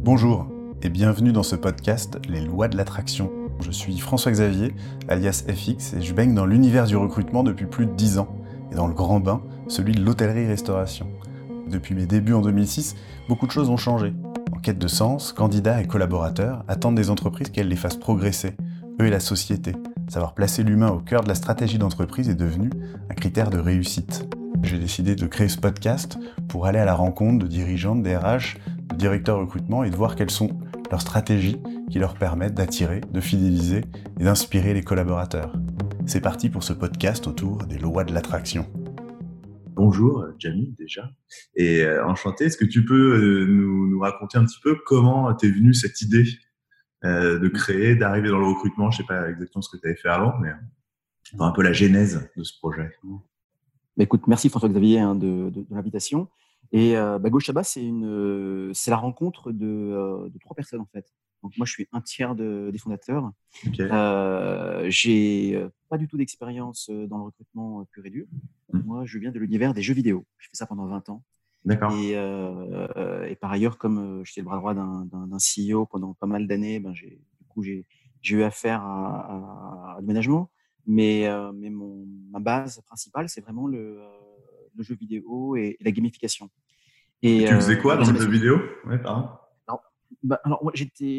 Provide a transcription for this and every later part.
Bonjour et bienvenue dans ce podcast Les lois de l'attraction. Je suis François-Xavier, alias FX, et je baigne dans l'univers du recrutement depuis plus de 10 ans, et dans le grand bain, celui de l'hôtellerie-restauration. Depuis mes débuts en 2006, beaucoup de choses ont changé. En quête de sens, candidats et collaborateurs attendent des entreprises qu'elles les fassent progresser, eux et la société. Savoir placer l'humain au cœur de la stratégie d'entreprise est devenu un critère de réussite. J'ai décidé de créer ce podcast pour aller à la rencontre de dirigeants, de DRH, de directeurs recrutement et de voir quelles sont leurs stratégies qui leur permettent d'attirer, de fidéliser et d'inspirer les collaborateurs. C'est parti pour ce podcast autour des lois de l'attraction. Bonjour Jamie déjà, et enchanté. Est-ce que tu peux nous raconter un petit peu comment t'es venue cette idée de créer, d'arriver dans le recrutement? Je sais pas exactement ce que tu avais fait avant, mais un peu la genèse de ce projet. Écoute, merci François-Xavier de l'invitation. Et GoShaba, c'est la rencontre de trois personnes en fait. Donc moi, je suis un tiers des fondateurs. Okay. J'ai pas du tout d'expérience dans le recrutement pur et dur. Moi, je viens de l'univers des jeux vidéo. J'ai fait ça pendant 20 ans. D'accord. Et par ailleurs, comme j'étais le bras droit d'un CEO pendant pas mal d'années, j'ai eu affaire à le management. Mais ma base principale, c'est vraiment le jeu vidéo et la gamification. Et tu faisais quoi dans le jeu vidéo? Ouais, pardon. Alors moi,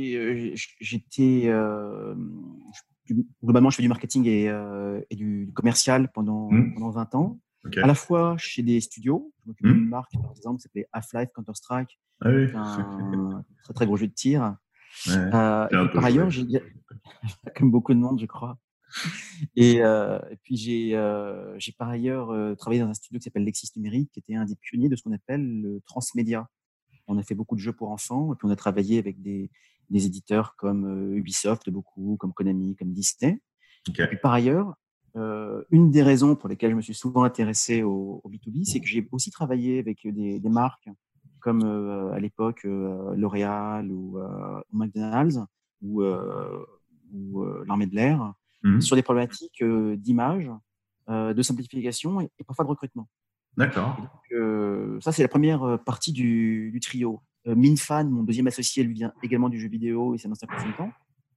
globalement, je fais du marketing et du commercial pendant 20 ans. Okay. À la fois chez des studios. Je m'occupe d'une marque, par exemple, qui s'appelait Half-Life Counter-Strike, un très très gros jeu de tir. Ouais, et par ailleurs, comme beaucoup de monde, je crois. Et puis j'ai par ailleurs travaillé dans un studio qui s'appelle Lexis Numérique, qui était un des pionniers de ce qu'on appelle le transmédia. On a fait beaucoup de jeux pour enfants, et puis on a travaillé avec des éditeurs comme Ubisoft, beaucoup, comme Konami, comme Disney. Okay. Et puis par ailleurs, une des raisons pour lesquelles je me suis souvent intéressé au B2B, c'est que j'ai aussi travaillé avec des marques comme à l'époque L'Oréal ou McDonald's ou l'Armée de l'Air, sur des problématiques d'image, de simplification et parfois de recrutement. D'accord. Donc, ça, c'est la première partie du trio. Minfan, mon deuxième associé, lui vient également du jeu vidéo et c'est un ancien consultant.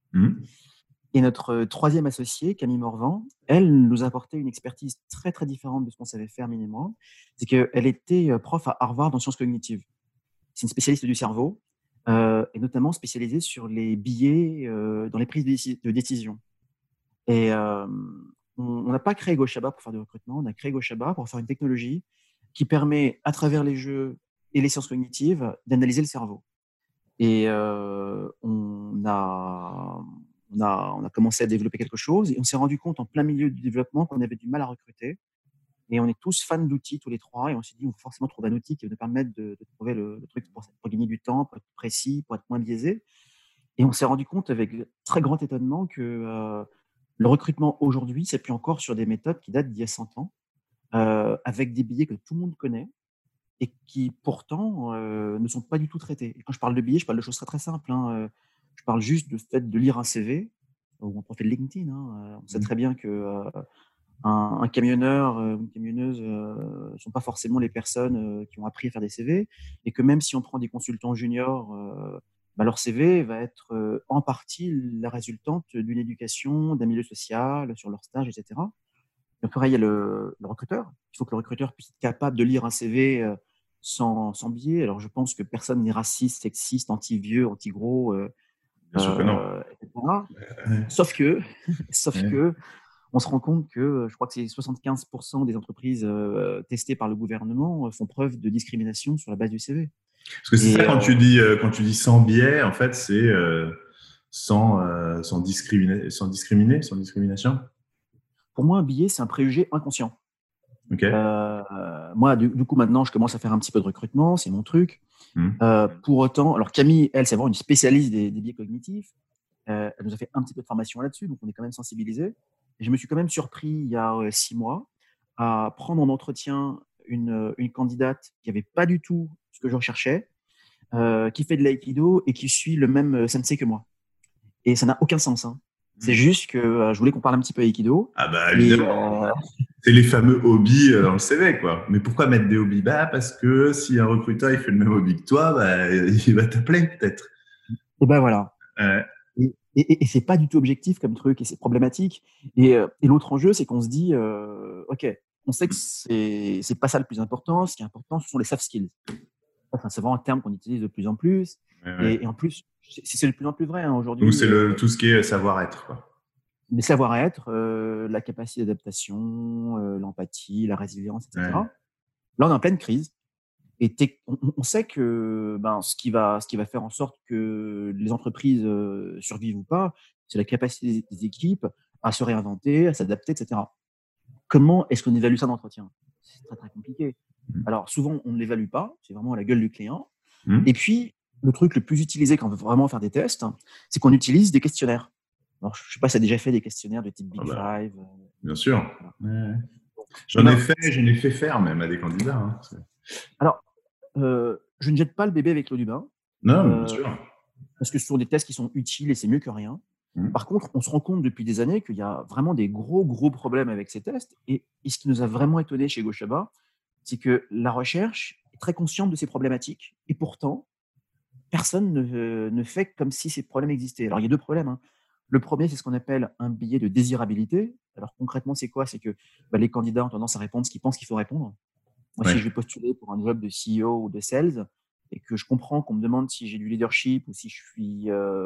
Et notre troisième associée, Camille Morvan, elle nous a apporté une expertise très, très différente de ce qu'on savait faire, Mine et moi. C'est qu'elle était prof à Harvard en sciences cognitives. C'est une spécialiste du cerveau et notamment spécialisée sur les biais dans les prises de décision. Et on n'a pas créé GoShaba pour faire du recrutement, on a créé GoShaba pour faire une technologie qui permet, à travers les jeux et les sciences cognitives, d'analyser le cerveau. Et on a commencé à développer quelque chose et on s'est rendu compte en plein milieu du développement qu'on avait du mal à recruter. Et on est tous fans d'outils, tous les trois, et on s'est dit, on faut forcément trouver un outil qui va nous permettre de trouver le truc pour gagner du temps, pour être précis, pour être moins biaisé. Et on s'est rendu compte avec très grand étonnement que le recrutement aujourd'hui s'appuie encore sur des méthodes qui datent d'il y a 100 ans, avec des biais que tout le monde connaît et qui pourtant ne sont pas du tout traités. Et quand je parle de biais, je parle de choses très très simples. Je parle juste du fait de lire un CV ou un profil LinkedIn. On sait très bien que un camionneur ou une camionneuse ne sont pas forcément les personnes qui ont appris à faire des CV, et que même si on prend des consultants juniors, leur CV va être en partie la résultante d'une éducation, d'un milieu social, sur leur stage, etc. Et pareil, il y a le recruteur. Il faut que le recruteur puisse être capable de lire un CV sans biais. Alors, je pense que personne n'est raciste, sexiste, anti-vieux, anti-gros, Bien sûr que non. etc. Sauf que on se rend compte que je crois que c'est 75% des entreprises testées par le gouvernement font preuve de discrimination sur la base du CV. Parce que c'est ça, quand tu dis sans biais, en fait, c'est sans discrimination. Pour moi, un biais, c'est un préjugé inconscient. Okay. Moi, du coup, maintenant, je commence à faire un petit peu de recrutement, c'est mon truc. Pour autant, alors Camille, elle, c'est vraiment une spécialiste des biais cognitifs. Elle nous a fait un petit peu de formation là-dessus, donc on est quand même sensibilisés. Et je me suis quand même surpris, il y a 6 mois, à prendre en entretien une candidate qui n'avait pas du tout ce que je recherchais, qui fait de l'aïkido et qui suit le même sensei que moi. Et ça n'a aucun sens. C'est juste que je voulais qu'on parle un petit peu d'aïkido. Ah bah évidemment. C'est les fameux hobbies dans le CV, quoi. Mais pourquoi mettre des hobbies? Parce que si un recruteur il fait le même hobby que toi, il va t'appeler peut-être. Et ben voilà. Ouais. Et c'est pas du tout objectif comme truc, et c'est problématique. Et l'autre enjeu, c'est qu'on se dit, ok, on sait que c'est pas ça le plus important. Ce qui est important, ce sont les soft skills. Enfin, c'est vraiment un terme qu'on utilise de plus en plus. Ouais. Et en plus, c'est de plus en plus vrai aujourd'hui. Nous, c'est tout ce qui est savoir-être, quoi. Les savoir-être, la capacité d'adaptation, l'empathie, la résilience, etc. Ouais. Là, on est en pleine crise. Et on sait que ce qui va faire en sorte que les entreprises survivent ou pas, c'est la capacité des équipes à se réinventer, à s'adapter, etc. Comment est-ce qu'on évalue ça dans l'entretien? C'est très, très compliqué. Alors, souvent, on ne l'évalue pas. C'est vraiment à la gueule du client. Et puis, le truc le plus utilisé quand on veut vraiment faire des tests, c'est qu'on utilise des questionnaires. Alors, je ne sais pas si tu as déjà fait des questionnaires de type Big Five. Bien sûr. Voilà. Ouais. J'en ai fait faire même à des candidats. Hein. Alors, je ne jette pas le bébé avec l'eau du bain. Non, bien sûr. Parce que ce sont des tests qui sont utiles et c'est mieux que rien. Par contre, on se rend compte depuis des années qu'il y a vraiment des gros problèmes avec ces tests. Et ce qui nous a vraiment étonné chez Gochaba, c'est que la recherche est très consciente de ces problématiques. Et pourtant, personne ne fait comme si ces problèmes existaient. Alors, il y a deux problèmes. Hein. Le premier, c'est ce qu'on appelle un biais de désirabilité. Alors, concrètement, c'est quoi? C'est que les candidats ont tendance à répondre ce qu'ils pensent qu'il faut répondre. Moi, si je vais postuler pour un job de CEO ou de sales et que je comprends qu'on me demande si j'ai du leadership ou si je suis,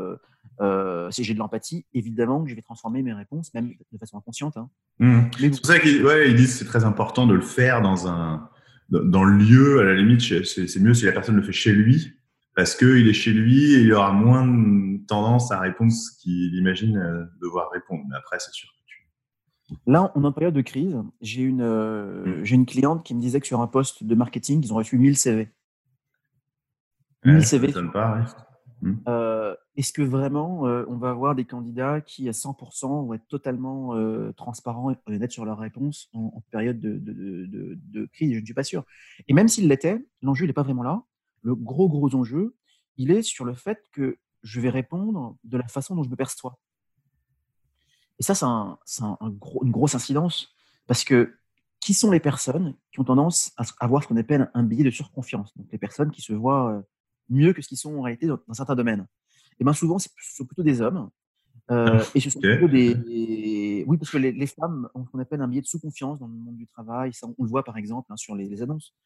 si j'ai de l'empathie, évidemment que je vais transformer mes réponses, même de façon inconsciente. Hein. C'est pour ça qu'ils disent que c'est très important de le faire dans le lieu. À la limite, c'est mieux si la personne le fait chez lui, parce qu'il est chez lui et il aura moins tendance à répondre ce qu'il imagine devoir répondre. Mais après, c'est sûr. Là, on est en période de crise. J'ai une cliente qui me disait que sur un poste de marketing, ils ont reçu 1000 CV. 1000 CV. Ça ne pas, est-ce que vraiment on va avoir des candidats qui, à 100%, vont être totalement transparents et honnêtes sur leurs réponses en période de crise? Je ne suis pas sûr. Et même s'ils l'étaient, l'enjeu n'est pas vraiment là. Le gros enjeu, il est sur le fait que je vais répondre de la façon dont je me perçois. Et ça, c'est une grosse incidence, parce que qui sont les personnes qui ont tendance à avoir ce qu'on appelle un biais de surconfiance? Donc, les personnes qui se voient mieux que ce qu'ils sont en réalité dans certains domaines. Et bien souvent, ce sont plutôt des hommes. Et ce sont plutôt des… Oui, parce que les femmes ont ce qu'on appelle un biais de sous-confiance dans le monde du travail. Ça, on le voit par exemple sur les annonces.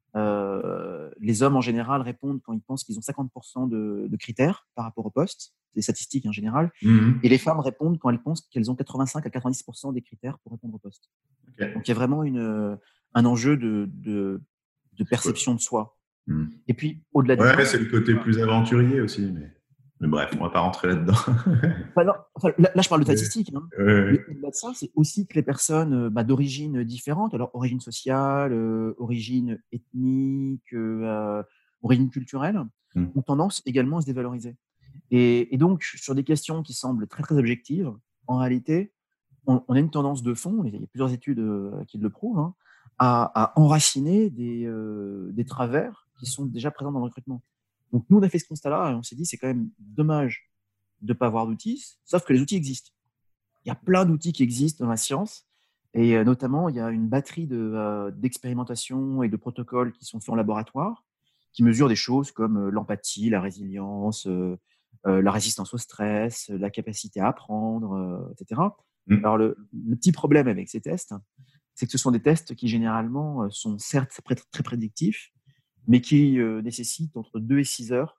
Les hommes en général répondent quand ils pensent qu'ils ont 50% de critères par rapport au poste, c'est des statistiques en général, et les femmes répondent quand elles pensent qu'elles ont 85 à 90% des critères pour répondre au poste. Donc il y a vraiment un enjeu de perception de soi. Et puis au-delà de ça, c'est le côté plus aventurier aussi, mais bref, on va pas rentrer là-dedans. Là, je parle de statistiques. Hein. Mais au-delà de ça, c'est aussi que les personnes d'origine différente, alors origine sociale, origine ethnique, origine culturelle, ont tendance également à se dévaloriser. Et donc, sur des questions qui semblent très, très objectives, en réalité, on a une tendance de fond, il y a plusieurs études qui le prouvent, hein, à enraciner des travers qui sont déjà présents dans le recrutement. Donc, nous, on a fait ce constat-là et on s'est dit, c'est quand même dommage de ne pas avoir d'outils, sauf que les outils existent. Il y a plein d'outils qui existent dans la science, et notamment, il y a une batterie d'expérimentations et de protocoles qui sont faits en laboratoire, qui mesurent des choses comme l'empathie, la résilience, la résistance au stress, la capacité à apprendre, etc. Alors, le petit problème avec ces tests, c'est que ce sont des tests qui, généralement, sont certes très prédictifs, mais qui nécessitent entre 2 et 6 heures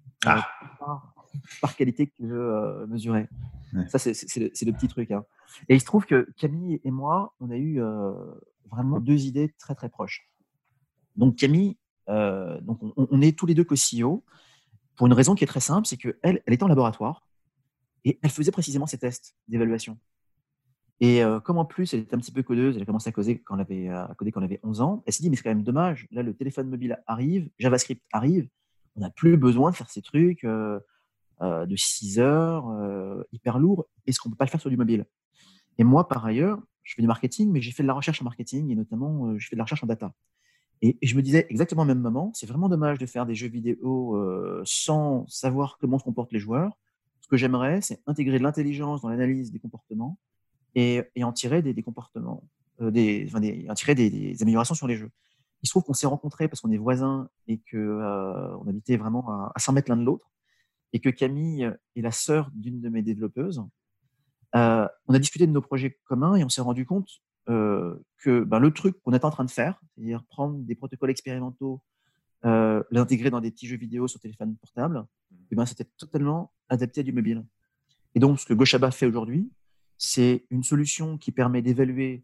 par qualité que tu veux mesurer. Ouais. Ça, c'est le petit truc. Hein. Et il se trouve que Camille et moi, on a eu vraiment 2 idées très, très proches. Donc, Camille, on est tous les deux co-CEO pour une raison qui est très simple, c'est qu'elle était en laboratoire et elle faisait précisément ces tests d'évaluation. Et comme en plus, elle était un petit peu codeuse, elle a commencé à coder quand elle avait 11 ans, elle s'est dit, mais c'est quand même dommage, là, le téléphone mobile arrive, JavaScript arrive, on n'a plus besoin de faire ces trucs de 6 heures, hyper lourds, est-ce qu'on ne peut pas le faire sur du mobile? Et moi, par ailleurs, je fais du marketing, mais j'ai fait de la recherche en marketing, et notamment, je fais de la recherche en data. Et je me disais exactement au même moment, c'est vraiment dommage de faire des jeux vidéo sans savoir comment se comportent les joueurs. Ce que j'aimerais, c'est intégrer de l'intelligence dans l'analyse des comportements, et en tirer des comportements, en tirer des améliorations sur les jeux. Il se trouve qu'on s'est rencontrés parce qu'on est voisins et qu'on habitait vraiment à 100 mètres l'un de l'autre. et que Camille est la sœur d'une de mes développeuses, on a discuté de nos projets communs et on s'est rendu compte que le truc qu'on est en train de faire, c'est-à-dire prendre des protocoles expérimentaux, les intégrer dans des petits jeux vidéo sur téléphone portable, c'était totalement adapté à du mobile. Et donc, ce que Goshaba fait aujourd'hui, c'est une solution qui permet d'évaluer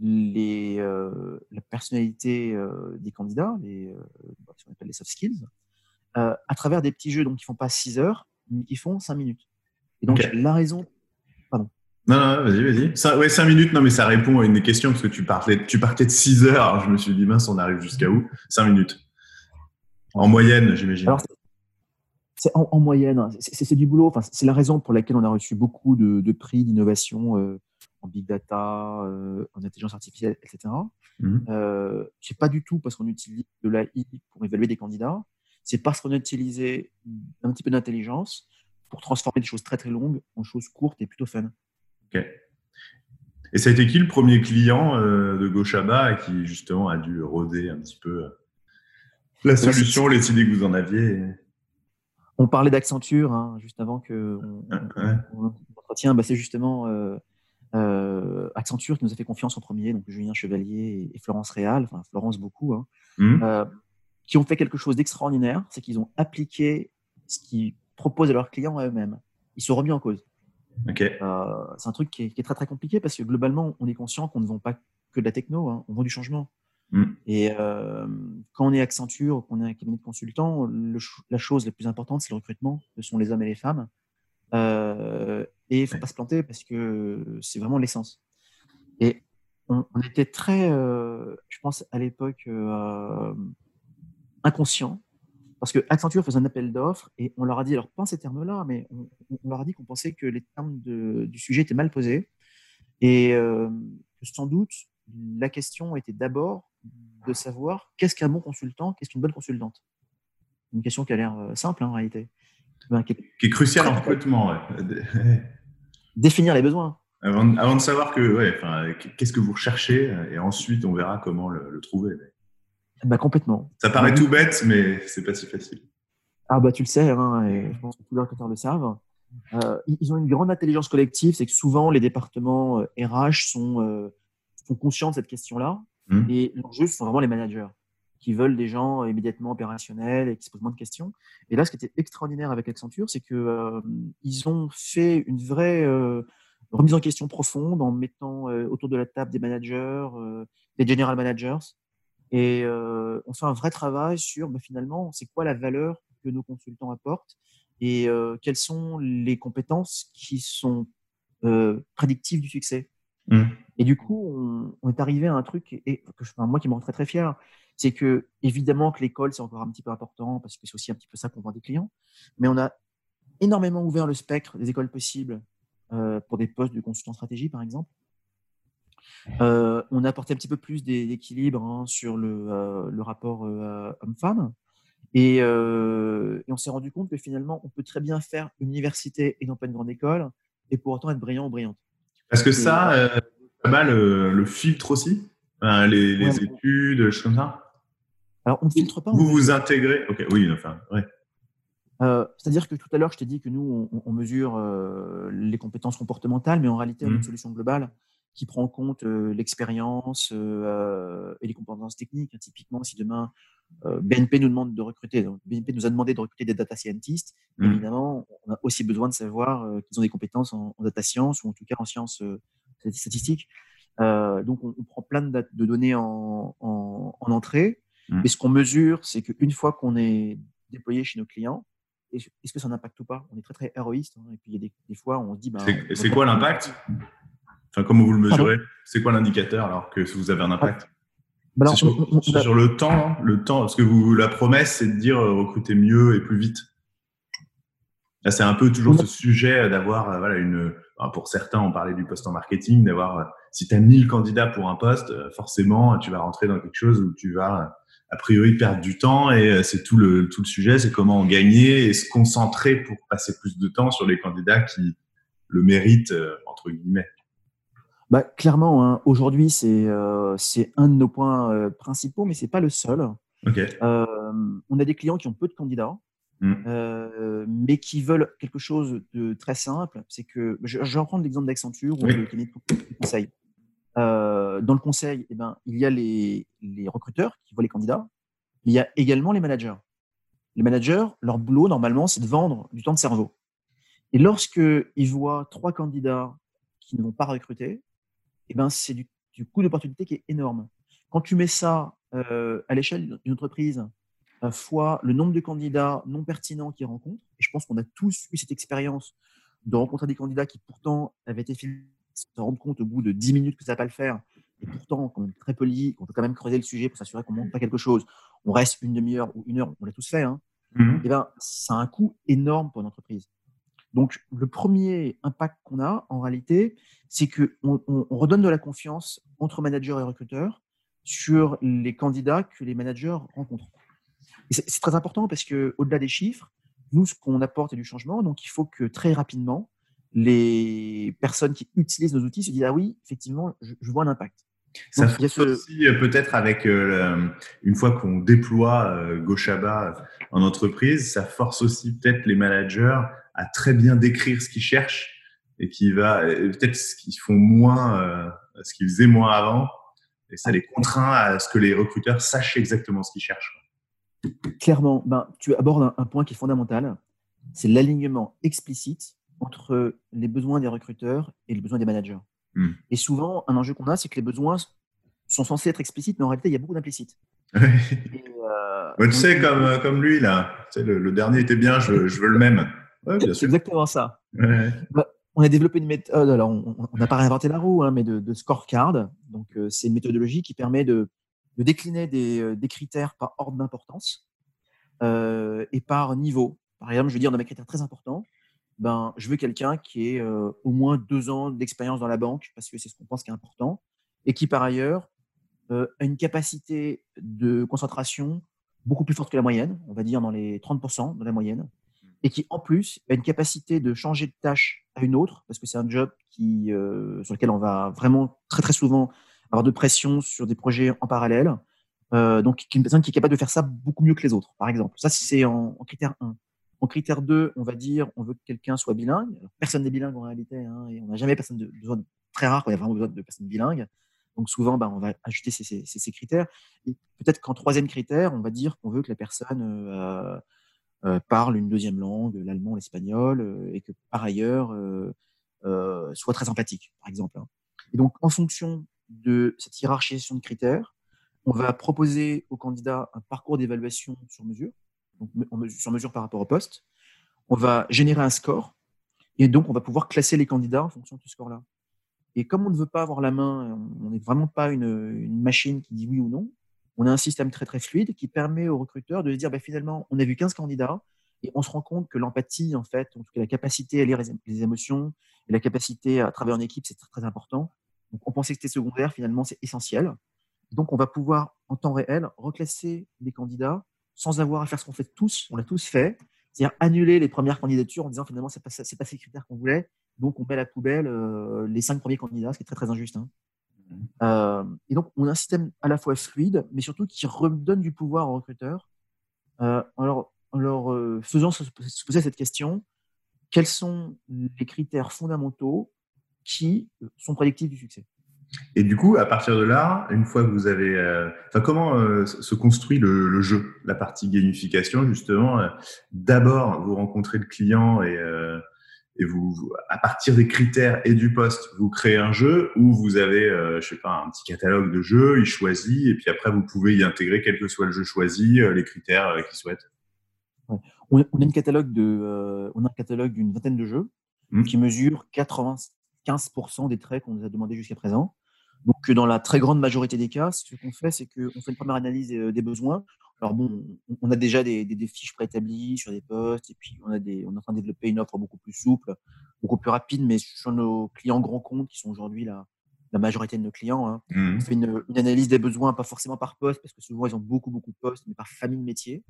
la personnalité des candidats, ce qu'on appelle les soft skills, à travers des petits jeux donc, qui ne font pas 6 heures, mais qui font 5 minutes. Et donc, la raison... Pardon. Non, vas-y. 5 minutes, non, mais ça répond à une des questions, parce que tu partais de 6 heures. Alors je me suis dit, mince, on arrive jusqu'à où? 5 minutes. En moyenne, j'imagine. Alors, c'est en moyenne. C'est du boulot. Enfin, c'est la raison pour laquelle on a reçu beaucoup de prix d'innovation en big data, en intelligence artificielle, etc. C'est pas du tout parce qu'on utilise de l'AI pour évaluer des candidats. C'est parce qu'on a utilisé un petit peu d'intelligence pour transformer des choses très très longues en choses courtes et plutôt fun. Ok. Et ça a été qui le premier client de Goshaba qui justement a dû roder un petit peu la solution, les idées que vous en aviez? On parlait d'Accenture juste avant qu'on entretient. C'est justement Accenture qui nous a fait confiance en premier, donc Julien Chevalier et Florence Réal, enfin Florence beaucoup, qui ont fait quelque chose d'extraordinaire, c'est qu'ils ont appliqué ce qu'ils proposent à leurs clients à eux-mêmes. Ils se sont remis en cause. Okay. C'est un truc qui est très très compliqué parce que globalement, on est conscient qu'on ne vend pas que de la techno, on vend du changement. Et quand on est Accenture, qu'on est un cabinet de consultants, la chose la plus importante, c'est le recrutement. Ce sont les hommes et les femmes. Et il ne faut pas se planter parce que c'est vraiment l'essence. Et on était très, je pense à l'époque, inconscient. Parce que Accenture faisait un appel d'offres et on leur a dit, alors pas ces termes-là, mais on leur a dit qu'on pensait que les termes du sujet étaient mal posés et que sans doute la question était d'abord de savoir qu'est-ce qu'un bon consultant, qu'est-ce qu'une bonne consultante. Une question qui a l'air simple en réalité. Qui est cruciale en recrutement. Définir les besoins. Avant de savoir qu'est-ce que vous recherchez et ensuite on verra comment le trouver. Complètement. Ça paraît tout bête, mais c'est pas si facile. Tu le sais, et je pense que tous les recruteurs le savent. Ils ont une grande intelligence collective, c'est que souvent les départements RH sont conscients de cette question-là. Et l'enjeu, ce sont vraiment les managers qui veulent des gens immédiatement opérationnels et qui se posent moins de questions. Et là, ce qui était extraordinaire avec Accenture, c'est qu'ils ont fait une vraie remise en question profonde en mettant autour de la table des managers, des general managers. Et on fait un vrai travail sur finalement, c'est quoi la valeur que nos consultants apportent et quelles sont les compétences qui sont prédictives du succès. Et du coup, on est arrivé à un truc moi qui me rend très très fier, c'est que évidemment que l'école c'est encore un petit peu important parce que c'est aussi un petit peu ça qu'on vend des clients, mais on a énormément ouvert le spectre des écoles possibles pour des postes de consultant stratégie par exemple. On a apporté un petit peu plus d'équilibre sur le rapport homme-femme. Et on s'est rendu compte que finalement, on peut très bien faire une université et non pas une grande école, et pour autant être brillant ou brillante. Parce que pas mal le filtre aussi, les études, des choses comme ça. Alors, on ne filtre pas. Vous intégrez. Ok, oui, ouais. C'est-à-dire que tout à l'heure, je t'ai dit que nous, on mesure les compétences comportementales, mais en réalité, on a une solution globale qui prend en compte l'expérience et les compétences techniques. Typiquement, si demain, BNP nous demande de recruter, donc BNP nous a demandé de recruter des data scientists, évidemment, on a aussi besoin de savoir qu'ils ont des compétences en data science ou en tout cas en sciences statistiques. Donc, on prend plein de données en entrée. Mais ce qu'on mesure, c'est qu'une fois qu'on est déployé chez nos clients, est-ce que ça n'impacte ou pas? On est très, très héroïste. Et puis, il y a des fois, on se dit… c'est quoi l'impact? Enfin, comment vous le mesurez? C'est quoi l'indicateur alors que vous avez un impact? C'est sur le temps, parce que la promesse, c'est de dire recruter mieux et plus vite. Là, c'est un peu toujours ce sujet d'avoir, pour certains, on parlait du poste en marketing, d'avoir, si tu as 1000 candidats pour un poste, forcément, tu vas rentrer dans quelque chose où tu vas, a priori, perdre du temps et c'est tout le sujet, c'est comment gagner et se concentrer pour passer plus de temps sur les candidats qui le méritent, entre guillemets. Clairement, aujourd'hui, c'est un de nos points principaux, mais c'est pas le seul. Okay. On a des clients qui ont peu de candidats mais qui veulent quelque chose de très simple. C'est que, je vais prendre l'exemple d'Accenture ou de cabinet de conseil. Dans le conseil, il y a les recruteurs qui voient les candidats, mais il y a également les managers. Les managers, leur boulot, normalement, c'est de vendre du temps de cerveau. Et lorsqu'ils voient 3 candidats qui ne vont pas recruter, c'est du coût d'opportunité qui est énorme. Quand tu mets ça à l'échelle d'une entreprise, fois le nombre de candidats non pertinents qu'ils rencontrent, et je pense qu'on a tous eu cette expérience de rencontrer des candidats qui pourtant avaient été filtrés, se rendre compte au bout de 10 minutes que ça ne va pas le faire, et pourtant, quand on est très poli, qu'on peut quand même creuser le sujet pour s'assurer qu'on ne manque pas quelque chose, on reste une demi-heure ou 1 heure, on l'a tous fait, hein, ça a un coût énorme pour une entreprise. Donc, le premier impact qu'on a, en réalité, c'est qu'on redonne de la confiance entre managers et recruteurs sur les candidats que les managers rencontrent. Et c'est très important parce qu'au-delà des chiffres, nous, ce qu'on apporte est du changement. Donc, il faut que très rapidement, les personnes qui utilisent nos outils se disent « Ah oui, effectivement, je vois un impact ». Ça force aussi peut-être avec une fois qu'on déploie GoShaba en entreprise, ça force aussi peut-être les managers à très bien décrire ce qu'ils cherchent et peut-être ce qu'ils font moins, ce qu'ils faisaient moins avant, et ça les contraint à ce que les recruteurs sachent exactement ce qu'ils cherchent. Clairement, tu abordes un point qui est fondamental, c'est l'alignement explicite entre les besoins des recruteurs et les besoins des managers. Et souvent, un enjeu qu'on a, c'est que les besoins sont censés être explicites, mais en réalité, il y a beaucoup d'implicites. Tu sais, comme lui, là. Tu sais, le dernier était bien, je veux le même. Ouais, bien sûr. C'est exactement ça. On a développé une méthode, alors on n'a pas réinventé la roue, hein, mais de scorecard. Donc, c'est une méthodologie qui permet de décliner des critères par ordre d'importance et par niveau. Par exemple, je veux dire, dans mes critères très importants, je veux quelqu'un qui ait au moins 2 ans d'expérience dans la banque, parce que c'est ce qu'on pense qui est important, et qui, par ailleurs, a une capacité de concentration beaucoup plus forte que la moyenne, on va dire dans les 30% de la moyenne, et qui, en plus, a une capacité de changer de tâche à une autre, parce que c'est un job sur lequel on va vraiment très, très souvent avoir de pression sur des projets en parallèle. Donc, une personne qui est capable de faire ça beaucoup mieux que les autres, par exemple. Ça, c'est en critère 1. En critère 2, on va dire, on veut que quelqu'un soit bilingue. Alors, personne n'est bilingue en réalité, hein, et on n'a jamais besoin très rare quand il y a vraiment besoin de personnes bilingues. Donc, souvent, on va ajouter ces critères. Et peut-être qu'en 3e critère, on va dire qu'on veut que la personne parle une 2e langue, l'allemand, l'espagnol, et que par ailleurs soit très empathique, par exemple. Et donc, en fonction de cette hiérarchisation de critères, on va proposer au candidat un parcours d'évaluation sur mesure, donc sur mesure par rapport au poste. On va générer un score, et donc on va pouvoir classer les candidats en fonction de ce score-là. Et comme on ne veut pas avoir la main, on n'est vraiment pas une machine qui dit oui ou non, on a un système très très fluide qui permet aux recruteurs de se dire finalement, on a vu 15 candidats et on se rend compte que l'empathie, en fait, en tout cas la capacité à lire les émotions et la capacité à travailler en équipe, c'est très très important. Donc on pensait que c'était secondaire, finalement c'est essentiel. Donc on va pouvoir en temps réel reclasser les candidats sans avoir à faire ce qu'on fait tous, on l'a tous fait, c'est-à-dire annuler les premières candidatures en disant finalement c'est pas ces critères qu'on voulait. Donc, on met à la poubelle les 5 premiers candidats, ce qui est très, très injuste. Et donc, on a un système à la fois fluide, mais surtout qui redonne du pouvoir aux recruteurs en leur faisant se poser cette question, quels sont les critères fondamentaux qui sont prédictifs du succès? Et du coup, à partir de là, une fois que vous avez… comment se construit le jeu, la partie gamification, justement d'abord, vous rencontrez le client et vous, à partir des critères et du poste, vous créez un jeu où vous avez, je sais pas, un petit catalogue de jeux, il choisit, et puis après, vous pouvez y intégrer, quel que soit le jeu choisi, les critères qu'il souhaite. Ouais. On a un catalogue d'une vingtaine de jeux qui mesure 95% des traits qu'on nous a demandé jusqu'à présent. Donc, dans la très grande majorité des cas, ce qu'on fait, c'est qu'on fait une première analyse des besoins. Alors bon, on a déjà des fiches préétablies sur des postes, et puis on est en train de développer une offre beaucoup plus souple, beaucoup plus rapide, mais sur nos clients grands comptes, qui sont aujourd'hui la majorité de nos clients. On fait une analyse des besoins, pas forcément par poste, parce que souvent ils ont beaucoup de postes, mais par famille de métier.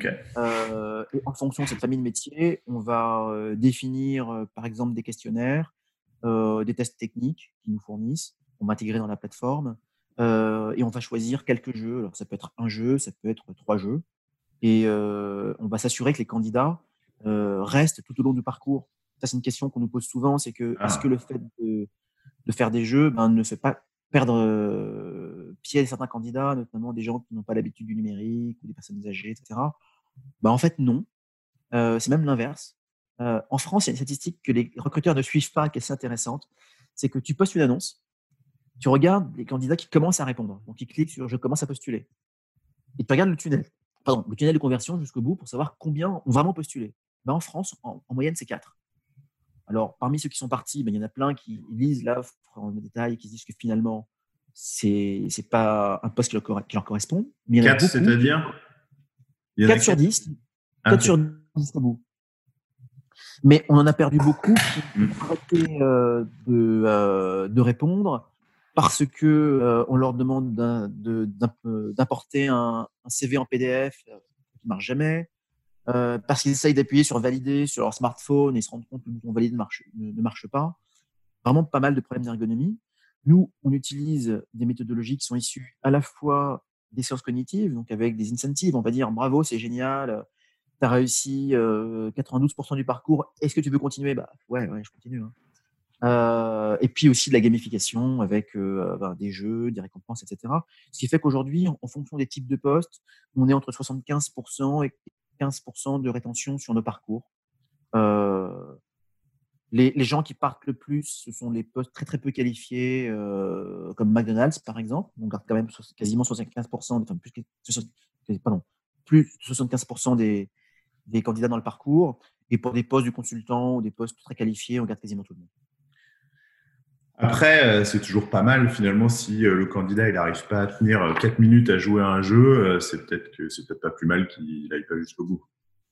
Et en fonction de cette famille de métier, on va définir, par exemple, des questionnaires, des tests techniques qu'ils nous fournissent. On va intégrer dans la plateforme et on va choisir quelques jeux. Alors, ça peut être un jeu, ça peut être 3 jeux. Et on va s'assurer que les candidats restent tout au long du parcours. Ça, c'est une question qu'on nous pose souvent, c'est que est-ce que le fait de faire des jeux ne fait pas perdre pied à certains candidats, notamment des gens qui n'ont pas l'habitude du numérique ou des personnes âgées, etc. En fait, non. C'est même l'inverse. En France, il y a une statistique que les recruteurs ne suivent pas, qui est assez intéressante. C'est que tu postes une annonce, tu regardes les candidats qui commencent à répondre. Donc, ils cliquent sur « Je commence à postuler ». Et tu regardes le tunnel de conversion jusqu'au bout pour savoir combien ont vraiment postulé. En France, en moyenne, c'est 4. Alors, parmi ceux qui sont partis, il y en a plein qui lisent l'offre en détail et qui se disent que finalement, c'est pas un poste qui leur correspond. Mais 4, c'est-à-dire 4 sur 10. 4 sur 10 au bout. Mais on en a perdu beaucoup qui ont arrêté de répondre parce que on leur demande d'importer un CV en PDF qui ne marche jamais. Parce qu'ils essayent d'appuyer sur valider sur leur smartphone et se rendent compte que le bouton valide ne marche pas. Vraiment pas mal de problèmes d'ergonomie. Nous, on utilise des méthodologies qui sont issues à la fois des sciences cognitives, donc avec des incentives. On va dire bravo, c'est génial, tu as réussi 92% du parcours. Est-ce que tu veux continuer ? Ouais, je continue. Et puis aussi de la gamification avec des jeux, des récompenses, etc. Ce qui fait qu'aujourd'hui, en fonction des types de postes, on est entre 75% et 15% de rétention sur nos parcours. Les gens qui partent le plus, ce sont les postes très très peu qualifiés, comme McDonald's par exemple. On garde quand même quasiment 75%, enfin plus de 75% des candidats dans le parcours. Et pour des postes de consultant ou des postes très qualifiés, on garde quasiment tout le monde. Après, c'est toujours pas mal finalement si le candidat il n'arrive pas à tenir 4 minutes à jouer à un jeu, c'est peut-être pas plus mal qu'il n'aille pas jusqu'au bout.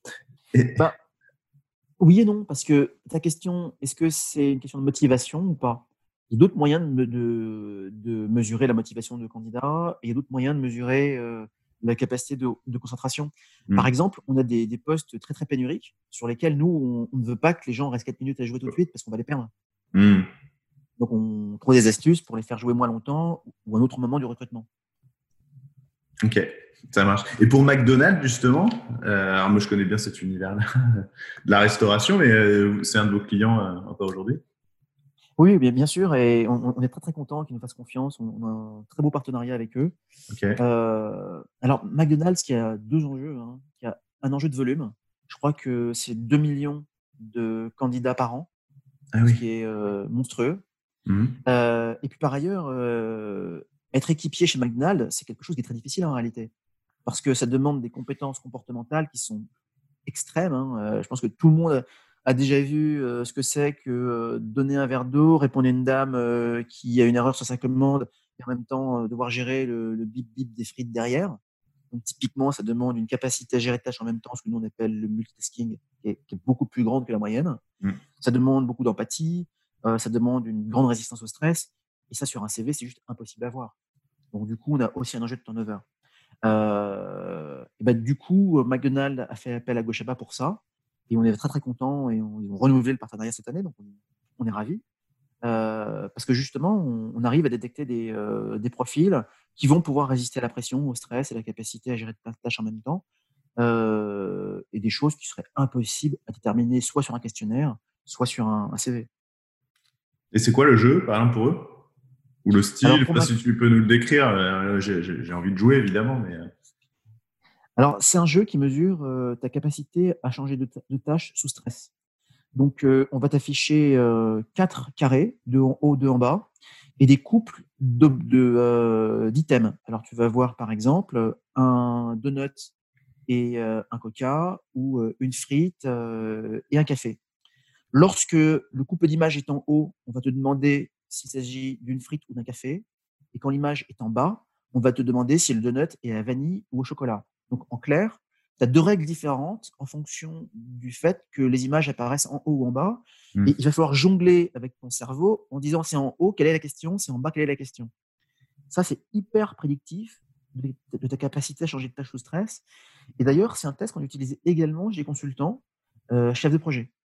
Oui et non, parce que ta question, est-ce que c'est une question de motivation ou pas ? Il y a d'autres moyens de mesurer la motivation de candidat et il y a d'autres moyens de mesurer la capacité de concentration. Par exemple, on a des postes très très pénuriques sur lesquels nous, on ne veut pas que les gens restent 4 minutes à jouer tout de suite parce qu'on va les perdre. Donc, on trouve des astuces pour les faire jouer moins longtemps ou à un autre moment du recrutement. Ok, ça marche. Et pour McDonald's, justement, alors moi je connais bien cet univers-là de la restauration, mais c'est un de vos clients encore aujourd'hui ? Oui, bien sûr, et on est très très content qu'ils nous fassent confiance. On a un très beau partenariat avec eux. Okay. Alors, McDonald's, qui a 2 enjeux, qui a un enjeu de volume. Je crois que c'est 2 millions de candidats par an, ce qui est monstrueux. Et puis par ailleurs, être équipier chez McDonald's, c'est quelque chose qui est très difficile en réalité, parce que ça demande des compétences comportementales qui sont extrêmes. Je pense que tout le monde a déjà vu ce que c'est que donner un verre d'eau, répondre à une dame qui a une erreur sur sa commande et en même temps devoir gérer le bip-bip des frites derrière. Donc typiquement, ça demande une capacité à gérer de tâches en même temps, ce que nous on appelle le multitasking, qui est beaucoup plus grande que la moyenne. Ça demande beaucoup d'empathie, ça demande une grande résistance au stress, et ça sur un CV, c'est juste impossible à voir. Donc du coup, on a aussi un enjeu de turnover. Du coup, McDonald's a fait appel à Gochaba pour ça, et on est très très contents, et ils ont renouvelé le partenariat cette année, donc on est ravis. Parce que justement, on arrive à détecter des profils qui vont pouvoir résister à la pression, au stress et la capacité à gérer plein de tâches en même temps, et des choses qui seraient impossibles à déterminer soit sur un questionnaire, soit sur un CV. Et c'est quoi le jeu, par exemple, pour eux ? Ou le style, si tu peux nous le décrire, j'ai envie de jouer évidemment. Mais... Alors, c'est un jeu qui mesure ta capacité à changer de tâche sous stress. Donc, on va t'afficher 4 carrés, 2 en haut, 2 en bas, et des couples d'items. Alors, tu vas voir par exemple un donut et un coca, ou une frite et un café. Lorsque le couple d'image est en haut, on va te demander s'il s'agit d'une frite ou d'un café. Et quand l'image est en bas, on va te demander si le donut est à vanille ou au chocolat. Donc, en clair, tu as 2 règles différentes en fonction du fait que les images apparaissent en haut ou en bas. Et il va falloir jongler avec ton cerveau en disant c'est en haut, quelle est la question, c'est en bas, quelle est la question. Ça, c'est hyper prédictif de ta capacité à changer de tâche sous stress. Et d'ailleurs, c'est un test qu'on utilise également chez les consultants, chefs de projet.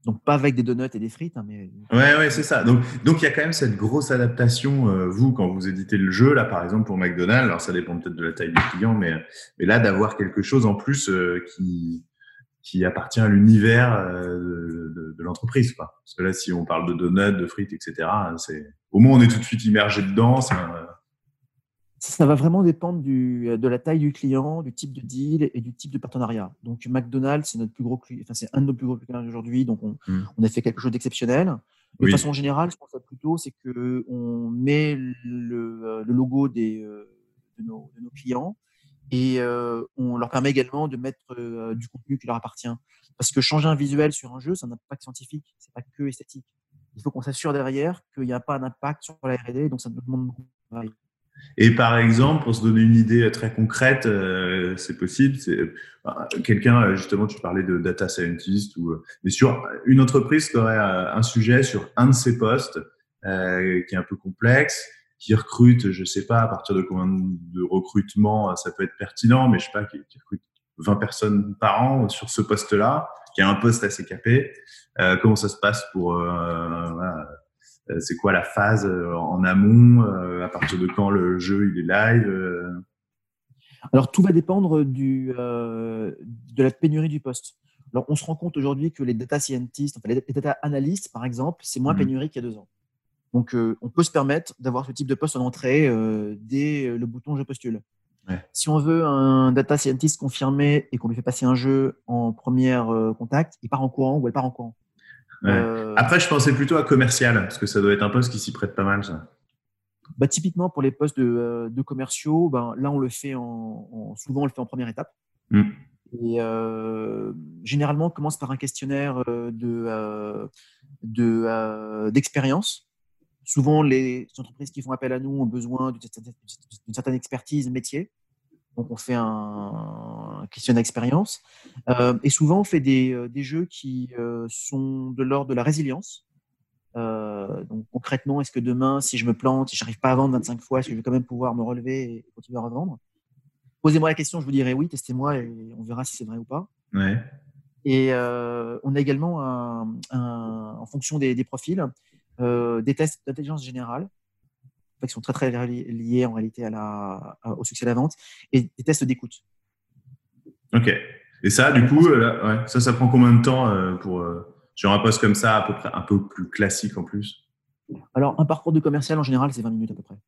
Donc, pas avec des donuts et des frites. Mais... Ouais, c'est ça. Donc, il y a quand même cette grosse adaptation, vous, quand vous éditez le jeu, là, par exemple, pour McDonald's. Alors, ça dépend peut-être de la taille du client, mais là, d'avoir quelque chose en plus qui appartient à l'univers de l'entreprise, quoi. Parce que là, si on parle de donuts, de frites, etc., au moins, on est tout de suite immergé dedans. Ça va vraiment dépendre de la taille du client, du type de deal et du type de partenariat. Donc, McDonald's, c'est notre plus gros client, c'est un de nos plus gros clients aujourd'hui. Donc, on a fait quelque chose d'exceptionnel. De façon générale, je pense plutôt, c'est qu'on met le logo de nos clients et on leur permet également de mettre du contenu qui leur appartient. Parce que changer un visuel sur un jeu, ça n'a pas que scientifique, c'est pas que esthétique. Il faut qu'on s'assure derrière qu'il n'y a pas un impact sur la R&D, donc ça nous demande beaucoup de travail. Et par exemple, pour se donner une idée très concrète, c'est possible. Quelqu'un, justement, tu parlais de data scientist, mais sur une entreprise qui aurait un sujet sur un de ses postes qui est un peu complexe, qui recrute, je sais pas à partir de combien de recrutement ça peut être pertinent, mais je sais pas, qui recrute 20 personnes par an sur ce poste-là, qui a un poste assez capé. Comment ça se passe pour voilà, c'est quoi la phase en amont, à partir de quand le jeu il est live Alors, tout va dépendre de la pénurie du poste. Alors, on se rend compte aujourd'hui que les data scientists, enfin, les data analysts, par exemple, c'est moins pénurique qu'il y a 2 ans. Donc, on peut se permettre d'avoir ce type de poste en entrée dès le bouton « Je postule ». Ouais. Si on veut un data scientist confirmé et qu'on lui fait passer un jeu en premier contact, il part en courant ou elle part en courant. Ouais. Après, je pensais plutôt à commercial, parce que ça doit être un poste qui s'y prête pas mal, ça. Typiquement, pour les postes de commerciaux, là, on le fait souvent, on le fait en première étape. Et généralement, on commence par un questionnaire d'expérience. Souvent, les entreprises qui font appel à nous ont besoin d'une certaine expertise métier. Donc, on fait un questionnaire d'expérience. Et souvent, on fait des jeux qui sont de l'ordre de la résilience. Donc, concrètement, est-ce que demain, si je me plante, si je n'arrive pas à vendre 25 fois, est-ce que je vais quand même pouvoir me relever et continuer à revendre? Posez-moi la question, je vous dirai oui, testez-moi et on verra si c'est vrai ou pas. Ouais. Et on a également, en fonction des profils, des tests d'intelligence générale qui sont très, très liés en réalité au succès de la vente et des tests d'écoute. Ok. Et ça, du coup, ça prend combien de temps sur un poste comme ça, à peu près un peu plus classique en plus? Alors, un parcours de commercial, en général, c'est 20 minutes à peu près.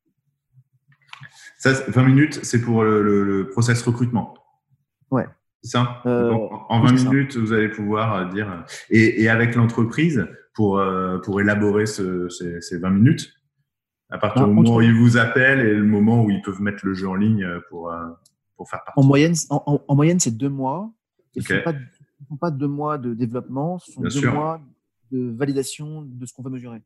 Ça, 20 minutes, c'est pour le process recrutement. Ouais. C'est ça. En 20 minutes, vous allez pouvoir dire. Et avec l'entreprise, pour élaborer ces 20 minutes, à partir du moment où ils vous appellent et le moment où ils peuvent mettre le jeu en ligne pour faire partie. En moyenne, c'est 2 mois. Ce ne sont pas 2 mois de développement, ce sont 2 mois de validation de ce qu'on veut mesurer.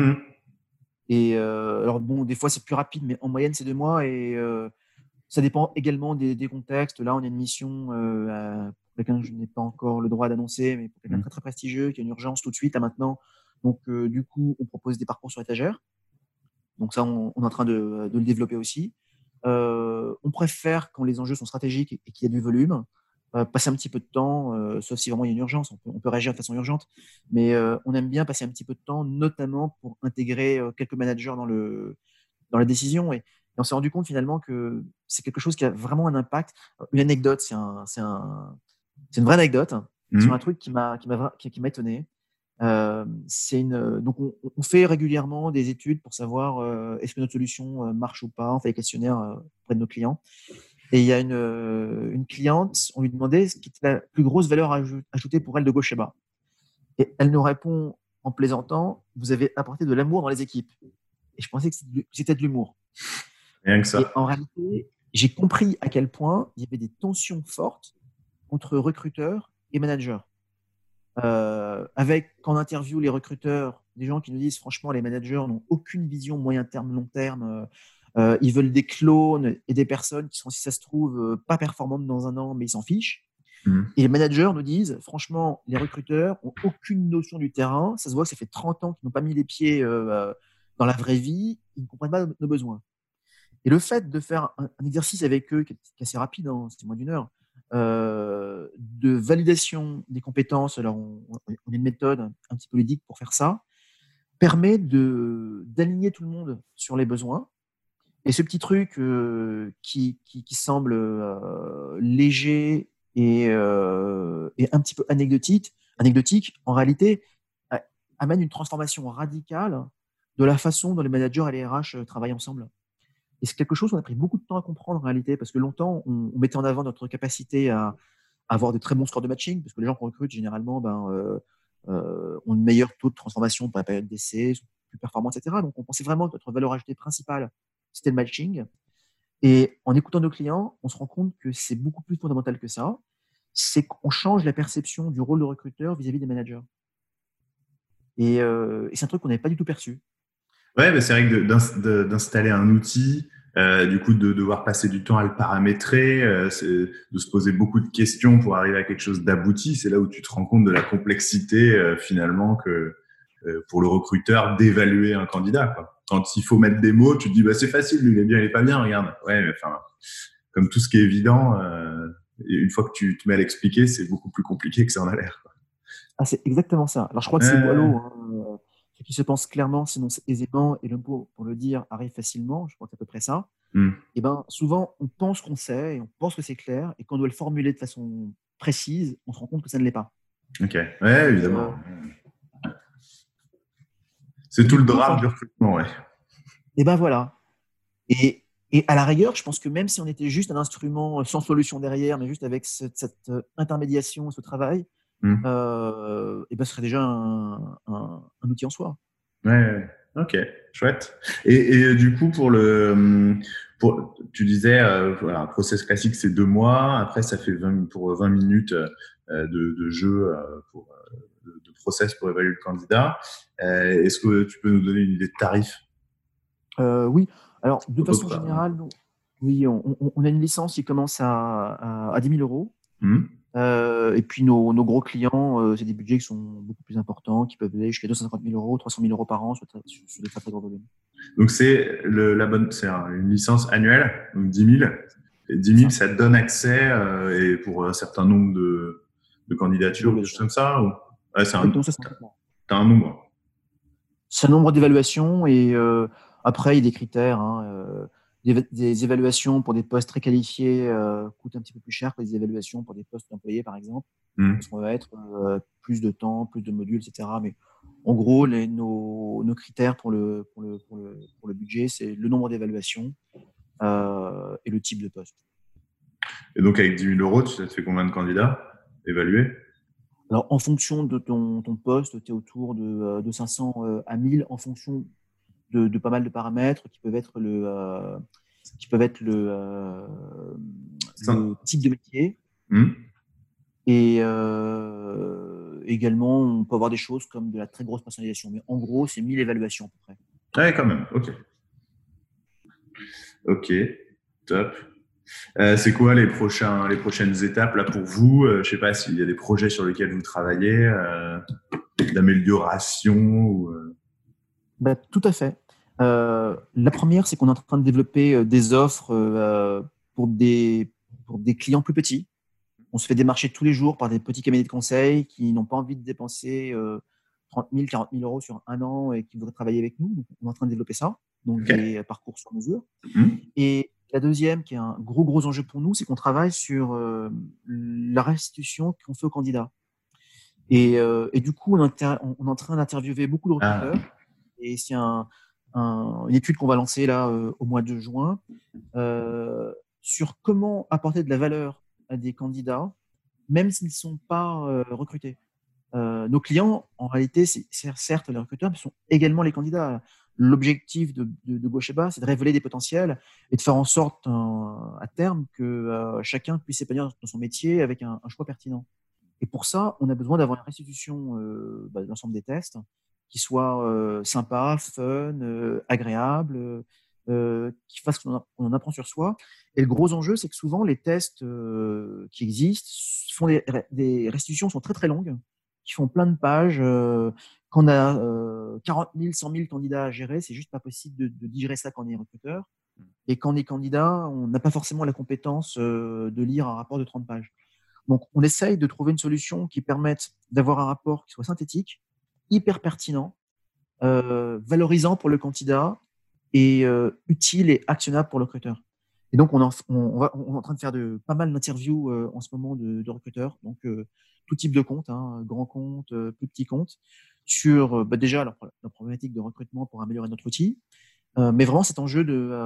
Et alors, bon, des fois, c'est plus rapide, mais en moyenne, c'est 2 mois. Et ça dépend également des contextes. Là, on a une mission pour quelqu'un que je n'ai pas encore le droit d'annoncer, mais pour quelqu'un de très, très prestigieux, qui a une urgence tout de suite, à maintenant. Donc, du coup, on propose des parcours sur étagère. Donc, ça, on est en train de le développer aussi. On préfère, quand les enjeux sont stratégiques et qu'il y a du volume, passer un petit peu de temps, sauf si vraiment il y a une urgence, on peut réagir de façon urgente, mais on aime bien passer un petit peu de temps, notamment pour intégrer quelques managers dans la décision. Et on s'est rendu compte finalement que c'est quelque chose qui a vraiment un impact. Une anecdote, c'est une vraie anecdote sur un truc qui m'a étonné. Donc on fait régulièrement des études pour savoir est-ce que notre solution marche ou pas. On fait des questionnaires auprès de nos clients. Et il y a une cliente, on lui demandait ce qui était la plus grosse valeur ajoutée pour elle de Gosheba. Et elle nous répond en plaisantant, vous avez apporté de l'amour dans les équipes. Et je pensais que c'était de l'humour. Rien que ça. Et en réalité, j'ai compris à quel point il y avait des tensions fortes entre recruteurs et managers. Avec, quand on interviewe les recruteurs, des gens qui nous disent franchement, les managers n'ont aucune vision moyen terme, long terme. Ils veulent des clones et des personnes qui sont, si ça se trouve, pas performantes dans 1 an, mais ils s'en fichent. Et les managers nous disent, franchement, les recruteurs n'ont aucune notion du terrain. Ça se voit que ça fait 30 ans qu'ils n'ont pas mis les pieds dans la vraie vie. Ils ne comprennent pas nos besoins. Et le fait de faire un exercice avec eux, qui est assez rapide, hein, c'est moins d'1 heure, de validation des compétences. Alors, on a une méthode un petit peu ludique pour faire ça, permet d'aligner tout le monde sur les besoins. Et ce petit truc qui semble léger et un petit peu anecdotique, en réalité, amène une transformation radicale de la façon dont les managers et les RH travaillent ensemble. Et c'est quelque chose qu'on a pris beaucoup de temps à comprendre en réalité, parce que longtemps, on mettait en avant notre capacité à avoir de très bons scores de matching, parce que les gens qu'on recrute, généralement, ont une meilleure taux de transformation pour la période d'essai, sont plus performants, etc. Donc, on pensait vraiment que notre valeur ajoutée principale, c'était le matching. Et en écoutant nos clients, on se rend compte que c'est beaucoup plus fondamental que ça. C'est qu'on change la perception du rôle de recruteur vis-à-vis des managers. Et c'est un truc qu'on n'avait pas du tout perçu. Ouais, mais c'est vrai que d'installer un outil, du coup de devoir passer du temps à le paramétrer, de se poser beaucoup de questions pour arriver à quelque chose d'abouti, c'est là où tu te rends compte de la complexité finalement que pour le recruteur d'évaluer un candidat, quoi. Quand il faut mettre des mots, tu te dis bah c'est facile, lui il est bien, il est pas bien, regarde. Ouais, mais enfin comme tout ce qui est évident, une fois que tu te mets à l'expliquer, c'est beaucoup plus compliqué que ça en a l'air, quoi. Ah, c'est exactement ça. Alors je crois que c'est Boileau, hein, ce qui se pense clairement s'énonce aisément et le mot pour le dire arrive facilement. Je crois que c'est à peu près ça. Et ben souvent on pense qu'on sait et on pense que c'est clair, et quand on doit le formuler de façon précise, on se rend compte que ça ne l'est pas. Ok, ouais, évidemment. C'est tout le drame du recrutement, ouais. Et ben voilà. Et à la rigueur, je pense que même si on était juste un instrument sans solution derrière, mais juste avec cette intermédiation, ce travail, et ben ce serait déjà un outil en soi. Ouais, ok, chouette. Et du coup, tu disais, voilà, un process classique, c'est 2 mois. Après, ça fait 20 minutes de jeu de process pour évaluer le candidat. Est-ce que tu peux nous donner une idée de tarif? Oui. Alors, de façon générale, oui, on a une licence qui commence à 10 000 euros. Et puis, nos gros clients, c'est des budgets qui sont beaucoup plus importants, qui peuvent aller jusqu'à 250 000 euros, 300 000 euros par an sur des très très gros volumes. Donc, c'est une licence annuelle, donc 10 000. Et 10 000, ça te donne accès et pour un certain nombre de candidatures, des choses comme ça ou... Ouais, t'as un nombre. C'est un nombre d'évaluations et après, il y a des critères. Des évaluations pour des postes très qualifiés coûtent un petit peu plus cher que des évaluations pour des postes d'employés, par exemple. Parce qu'on va être plus de temps, plus de modules, etc. Mais en gros, nos critères pour le budget, c'est le nombre d'évaluations et le type de poste. Et donc, avec 10 000 euros, ça te fait combien de candidats évalués? Alors, en fonction de ton poste, tu es autour de 500 à 1000 en fonction de pas mal de paramètres qui peuvent être le type de métier. Et également, on peut avoir des choses comme de la très grosse personnalisation. Mais en gros, c'est 1000 évaluations à peu près. Ouais, quand même. Ok, top. C'est quoi les prochaines étapes là pour vous? Je sais pas s'il y a des projets sur lesquels vous travaillez, d'amélioration ou. Tout à fait. La première, c'est qu'on est en train de développer des offres pour des clients plus petits. On se fait démarcher tous les jours par des petits cabinets de conseil qui n'ont pas envie de dépenser 30 000, 40 000 euros sur un an et qui voudraient travailler avec nous. Donc, on est en train de développer ça, donc des parcours sur mesure. Et la deuxième, qui est un gros enjeu pour nous, c'est qu'on travaille sur la restitution qu'on fait aux candidats. Et du coup, on est en train d'interviewer beaucoup de recruteurs. Et c'est une étude qu'on va lancer là au mois de juin sur comment apporter de la valeur à des candidats, même s'ils ne sont pas recrutés. Nos clients, en réalité, c'est certes les recruteurs, mais sont également les candidats. L'objectif de Gaucheba, c'est de révéler des potentiels et de faire en sorte à terme que chacun puisse s'épanouir dans son métier avec un choix pertinent. Et pour ça, on a besoin d'avoir une restitution de l'ensemble des tests qui soit sympa, fun, agréable, qui fasse qu'on en apprend sur soi. Et le gros enjeu, c'est que souvent, les tests qui existent font des restitutions sont très, très longues, qui font plein de pages. Quand on a 40 000, 100 000 candidats à gérer, c'est juste pas possible de digérer ça quand on est recruteur. Et quand on est candidat, on n'a pas forcément la compétence de lire un rapport de 30 pages. Donc, on essaye de trouver une solution qui permette d'avoir un rapport qui soit synthétique, hyper pertinent, valorisant pour le candidat et utile et actionnable pour le recruteur. Et donc, on est en train de faire pas mal d'interviews en ce moment de recruteurs, donc tout type de compte, grands comptes, plus petits comptes, sur déjà la problématique de recrutement pour améliorer notre outil, mais vraiment cet enjeu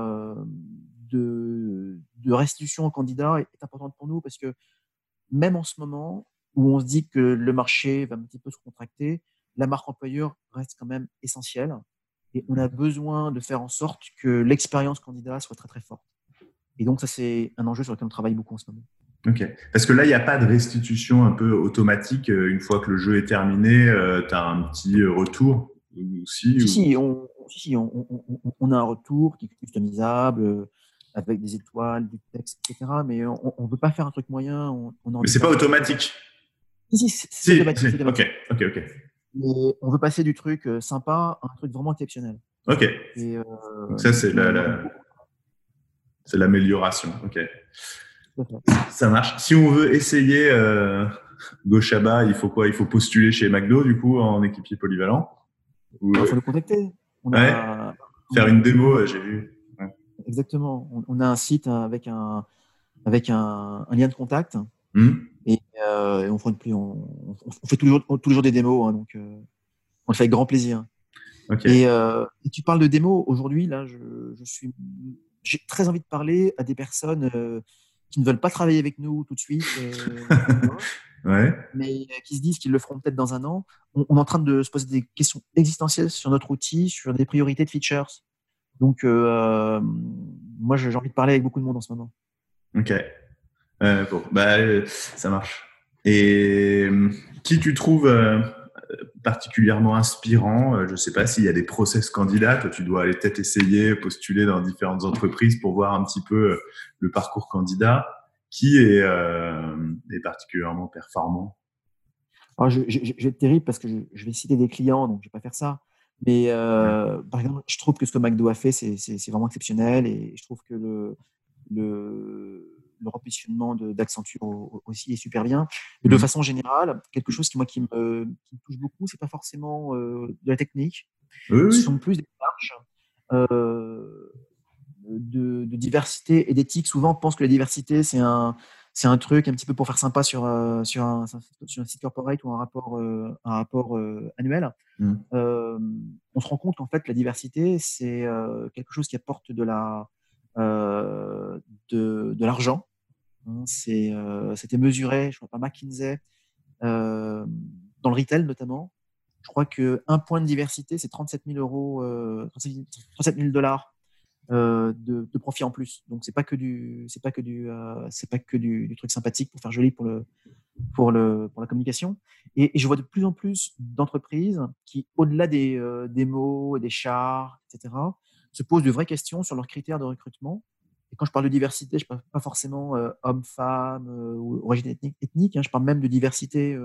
de restitution au candidat est important pour nous parce que même en ce moment où on se dit que le marché va un petit peu se contracter, la marque employeur reste quand même essentielle et on a besoin de faire en sorte que l'expérience candidat soit très très forte. Et donc ça, c'est un enjeu sur lequel on travaille beaucoup en ce moment. Ok. Parce que là, il n'y a pas de restitution un peu automatique. Une fois que le jeu est terminé, tu as un petit retour Si, on a un retour qui est customisable, avec des étoiles, du texte, etc. Mais on ne veut pas faire un truc moyen. Mais c'est pas automatique. Si, c'est automatique. Ok. Mais on veut passer du truc sympa à un truc vraiment exceptionnel. Ok. Et, donc ça, c'est l'amélioration. Ok. Ça marche. Si on veut essayer Gochaba, il faut quoi? Il faut postuler chez McDo, du coup, en équipier polyvalent? Il faut nous contacter. Faire une démo, j'ai vu. Ouais. Exactement. On a un site avec un lien de contact. Et on fait tous les jours des démos, donc on le fait avec grand plaisir. Okay. Et tu parles de démos. Aujourd'hui, là, j'ai très envie de parler à des personnes qui ne veulent pas travailler avec nous tout de suite, mais qui se disent qu'ils le feront peut-être dans un an. On est en train de se poser des questions existentielles sur notre outil, sur des priorités de features. Donc, moi, j'ai envie de parler avec beaucoup de monde en ce moment. Ok. Bon, ça marche. Et qui tu trouves particulièrement inspirant? Je ne sais pas s'il y a des process candidats. Toi, tu dois aller peut-être essayer, postuler dans différentes entreprises pour voir un petit peu le parcours candidat. Qui est particulièrement performant? Alors, je vais être terrible parce que je vais citer des clients, donc je ne vais pas faire ça. Mais par exemple, je trouve que ce que McDo a fait, c'est vraiment exceptionnel et je trouve que le repositionnement d'Accenture aussi est super bien. Mais de façon générale, quelque chose qui me touche beaucoup, c'est pas forcément de la technique. Ce sont plus des démarches de diversité et d'éthique. Souvent, on pense que la diversité, c'est un truc un petit peu pour faire sympa sur un site corporate ou un rapport annuel. On se rend compte qu'en fait, la diversité, c'est quelque chose qui apporte de l'argent. C'était mesuré, je crois pas McKinsey, dans le retail notamment. Je crois qu'un point de diversité, c'est 37 000 de profit en plus. Donc c'est pas que du truc sympathique pour faire joli pour la communication. Et je vois de plus en plus d'entreprises qui, au-delà des mots et des chars, etc., se posent de vraies questions sur leurs critères de recrutement. Et quand je parle de diversité, je parle pas forcément homme-femme ou origine ethnique, je parle même de diversité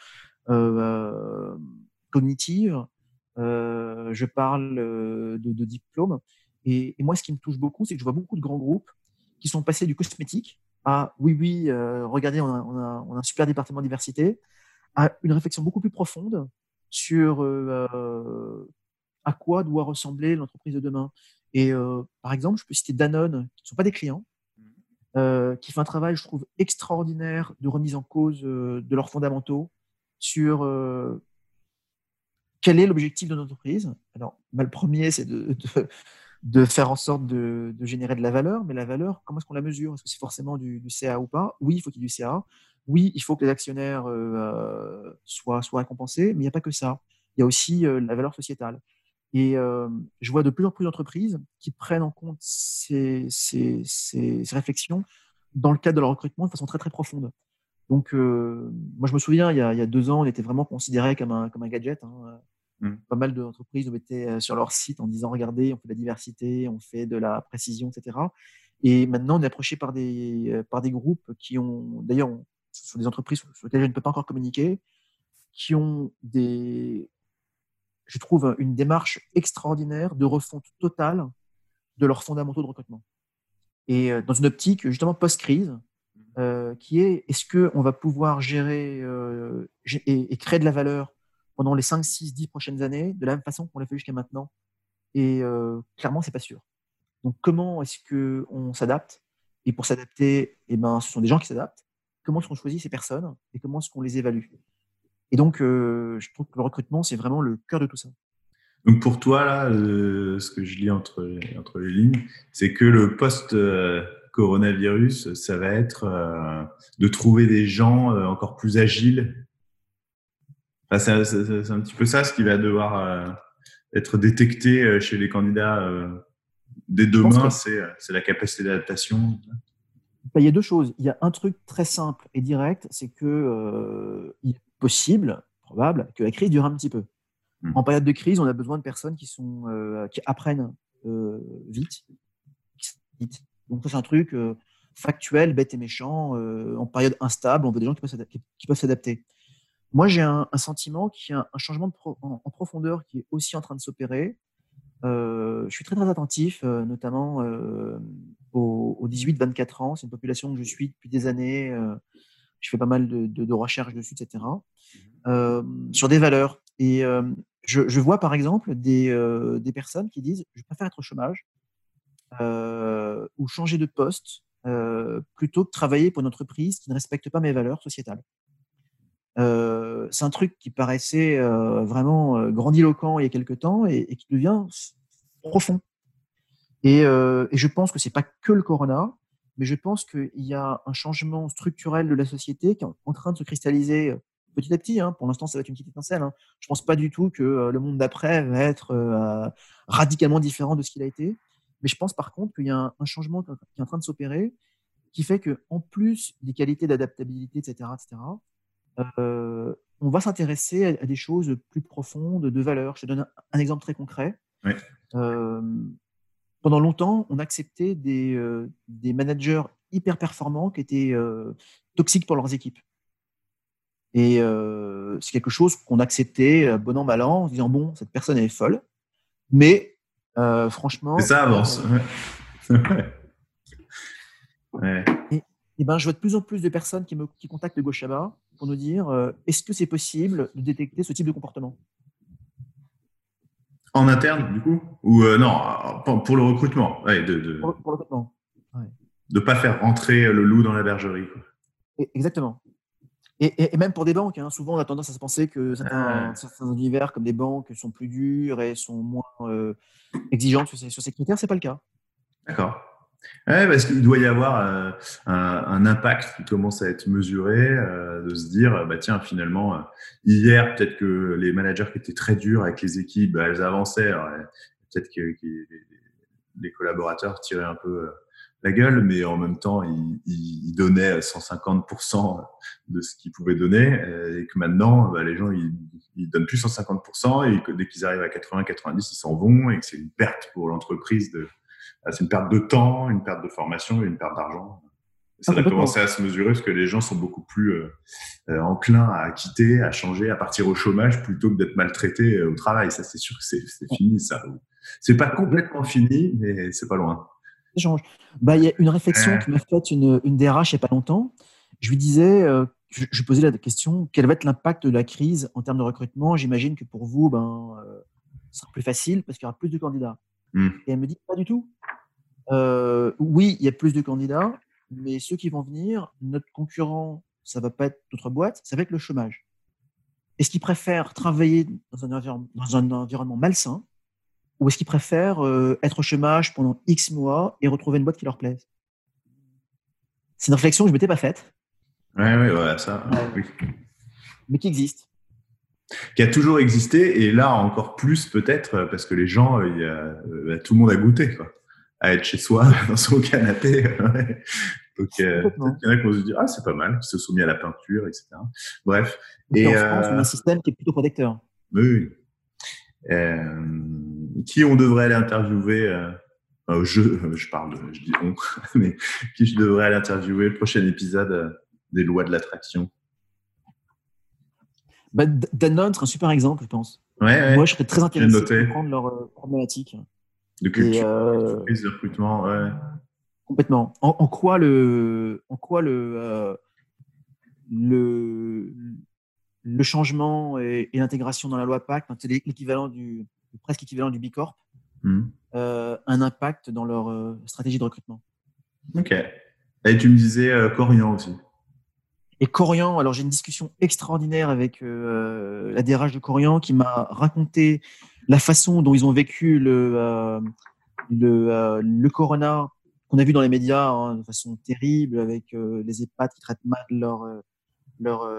cognitive. Je parle de diplôme. Et moi, ce qui me touche beaucoup, c'est que je vois beaucoup de grands groupes qui sont passés du cosmétique à regardez, on a un super département de diversité, à une réflexion beaucoup plus profonde sur à quoi doit ressembler l'entreprise de demain. Et par exemple, je peux citer Danone, qui ne sont pas des clients, qui fait un travail, je trouve, extraordinaire de remise en cause de leurs fondamentaux sur quel est l'objectif de l'entreprise. Alors, le premier, c'est de faire en sorte de générer de la valeur, mais la valeur, comment est-ce qu'on la mesure? Est-ce que c'est forcément du CA ou pas? Oui, il faut qu'il y ait du CA. Oui, il faut que les actionnaires soient récompensés, mais il n'y a pas que ça. Il y a aussi la valeur sociétale. Et je vois de plus en plus d'entreprises qui prennent en compte ces réflexions dans le cadre de leur recrutement de façon très, très profonde. Donc, moi, je me souviens, il y a 2 ans, on était vraiment considéré comme un gadget. Pas mal d'entreprises nous mettaient sur leur site en disant regardez, on fait de la diversité, on fait de la précision, etc. Et maintenant, on est approché par des groupes qui ont, d'ailleurs, ce sont des entreprises sur lesquelles je ne peux pas encore communiquer, qui ont je trouve, une démarche extraordinaire de refonte totale de leurs fondamentaux de recrutement. Et dans une optique, justement, post-crise, qui est est-ce qu'on va pouvoir gérer et créer de la valeur pendant les 5, 6, 10 prochaines années de la même façon qu'on l'a fait jusqu'à maintenant? Et clairement, c'est pas sûr. Donc, comment est-ce qu'on s'adapte? Et pour s'adapter, ce sont des gens qui s'adaptent. Comment est-ce qu'on choisit ces personnes et comment est-ce qu'on les évalue? Et donc, je trouve que le recrutement, c'est vraiment le cœur de tout ça. Donc, pour toi, là, ce que je lis entre les lignes, c'est que le post-coronavirus, ça va être de trouver des gens encore plus agiles. Enfin, c'est un petit peu ça ce qui va devoir être détecté chez les candidats dès demain, c'est la capacité d'adaptation. Il y a deux choses. Il y a un truc très simple et direct, c'est que il est possible, probable, que la crise dure un petit peu. En période de crise, on a besoin de personnes qui apprennent vite. Donc ça, c'est un truc factuel, bête et méchant. En période instable, on veut des gens qui peuvent s'adapter. Moi, j'ai un sentiment qu'il y a un changement en profondeur qui est aussi en train de s'opérer. Je suis très, très attentif, notamment aux 18-24 ans. C'est une population que je suis depuis des années. Je fais pas mal de recherches dessus, etc. Sur des valeurs. Et je vois, par exemple, des personnes qui disent « je préfère être au chômage ou changer de poste plutôt que travailler pour une entreprise qui ne respecte pas mes valeurs sociétales ». C'est un truc qui paraissait vraiment grandiloquent il y a quelque temps et qui devient profond. Et je pense que c'est pas que le corona, mais je pense qu'il y a un changement structurel de la société qui est en train de se cristalliser petit à petit. Pour l'instant, ça va être une petite étincelle. Je pense pas du tout que le monde d'après va être radicalement différent de ce qu'il a été. Mais je pense par contre qu'il y a un changement qui est en train de s'opérer qui fait qu'en plus des qualités d'adaptabilité, etc., on va s'intéresser à des choses plus profondes, de valeurs. Je te donne un exemple très concret. Oui. Pendant longtemps, on acceptait des managers hyper performants qui étaient toxiques pour leurs équipes. Et c'est quelque chose qu'on acceptait bon an, mal an, en se disant bon, cette personne elle est folle, mais franchement. Et ça avance. Ouais. Et je vois de plus en plus de personnes qui contactent le Goshaba pour nous dire est-ce que c'est possible de détecter ce type de comportement? En interne, du coup? Ou non, pour le recrutement. Ouais, pour le recrutement. Ouais. De ne pas faire rentrer le loup dans la bergerie. Quoi. Exactement. Et même pour des banques, souvent on a tendance à se penser que certains univers comme des banques sont plus durs et sont moins exigeantes sur ces critères. C'est pas le cas. D'accord. Ouais, parce qu'il doit y avoir un impact qui commence à être mesuré, de se dire, tiens, finalement, hier, peut-être que les managers qui étaient très durs avec les équipes, elles avançaient. Alors, peut-être que les collaborateurs tiraient un peu la gueule, mais en même temps, ils donnaient 150% de ce qu'ils pouvaient donner, et que maintenant, les gens, ils donnent plus 150%, et que dès qu'ils arrivent à 80-90, ils s'en vont, et que c'est une perte pour l'entreprise c'est une perte de temps, une perte de formation et une perte d'argent. Ça a commencé à se mesurer parce que les gens sont beaucoup plus enclins à quitter, à changer, à partir au chômage plutôt que d'être maltraités au travail. Ça, c'est sûr que c'est fini, ça. C'est pas complètement fini, mais c'est pas loin. Il y a une réflexion qui m'a faite une DRH il n'y a pas longtemps. Je lui disais, je posais la question, quel va être l'impact de la crise en termes de recrutement? J'imagine que pour vous, ce sera plus facile parce qu'il y aura plus de candidats. Et elle me dit, pas du tout. Oui, il y a plus de candidats, mais ceux qui vont venir, notre concurrent, ça va pas être notre boîte, ça va être le chômage. Est-ce qu'ils préfèrent travailler dans un environnement malsain ou est-ce qu'ils préfèrent être au chômage pendant X mois et retrouver une boîte qui leur plaise? C'est une réflexion que je ne m'étais pas faite. Ouais, ça, oui. Mais qui existe. Qui a toujours existé, et là encore plus peut-être, parce que les gens, tout le monde a goûté, quoi, à être chez soi, dans son canapé. Donc, peut-être qu'il y en a qui vont se dire « Ah, c'est pas mal », qui se sont mis à la peinture, etc. Bref. Et en France, on a un système qui est plutôt protecteur. Oui. Qui on devrait aller interviewer je dis on, mais qui je devrais aller interviewer le prochain épisode des lois de l'attraction? Danone serait un super exemple, je pense. Ouais. Moi, je serais très intéressé de comprendre leur problématique. De culture, d'entreprise, de recrutement, ouais. Complètement. En quoi le changement et l'intégration dans la loi Pacte, c'est presque équivalent du Bicorp, un impact dans leur stratégie de recrutement. Ok. Et tu me disais Corian aussi. Et Corian, alors j'ai une discussion extraordinaire avec la DRH de Corian qui m'a raconté la façon dont ils ont vécu le corona qu'on a vu dans les médias, hein, de façon terrible, avec les EHPAD qui traitent mal leurs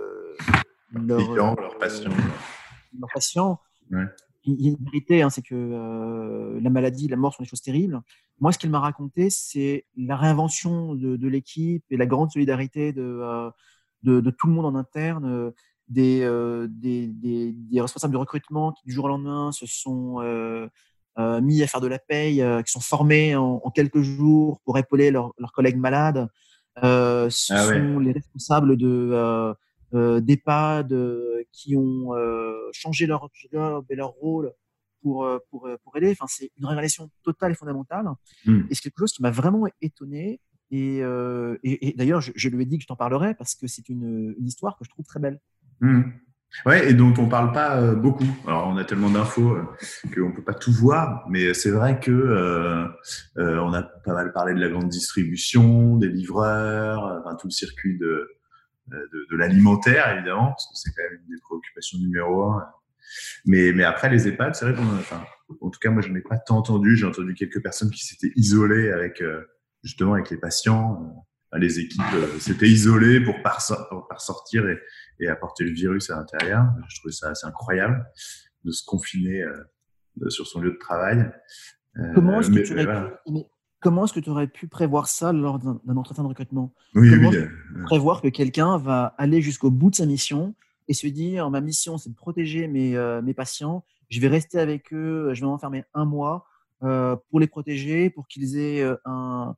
patients. Ouais. Il y a une vérité, hein, c'est que la maladie, la mort sont des choses terribles. Moi, ce qu'il m'a raconté, c'est la réinvention de l'équipe et la grande solidarité de tout le monde en interne, des responsables de recrutement qui, du jour au lendemain, se sont mis à faire de la paye, qui sont formés en quelques jours pour épauler leurs collègues malades. Sont les responsables d'EHPAD qui ont changé leur job et leur rôle pour aider. Enfin, c'est une révélation totale et fondamentale. Et c'est quelque chose qui m'a vraiment étonné. Et d'ailleurs, je lui ai dit que je t'en parlerais parce que c'est une histoire que je trouve très belle. Ouais, et dont on parle pas beaucoup. Alors, on a tellement d'infos qu'on peut pas tout voir, mais c'est vrai que on a pas mal parlé de la grande distribution, des livreurs, enfin, tout le circuit de l'alimentaire, évidemment, parce que c'est quand même une des préoccupations numéro 1. Mais après, les EHPAD, c'est vrai en tout cas, moi, je n'en ai pas tant entendu. J'ai entendu quelques personnes qui s'étaient isolées justement avec les patients. Les équipes s'étaient isolées pour pas sortir et apporter le virus à l'intérieur. Je trouvais ça assez incroyable de se confiner sur son lieu de travail. Comment est-ce que tu aurais pu prévoir ça lors d'un entretien de recrutement? Prévoir que quelqu'un va aller jusqu'au bout de sa mission et se dire, ma mission, c'est de protéger mes patients. Je vais rester avec eux, je vais m'enfermer 1 mois pour les protéger, pour qu'ils aient un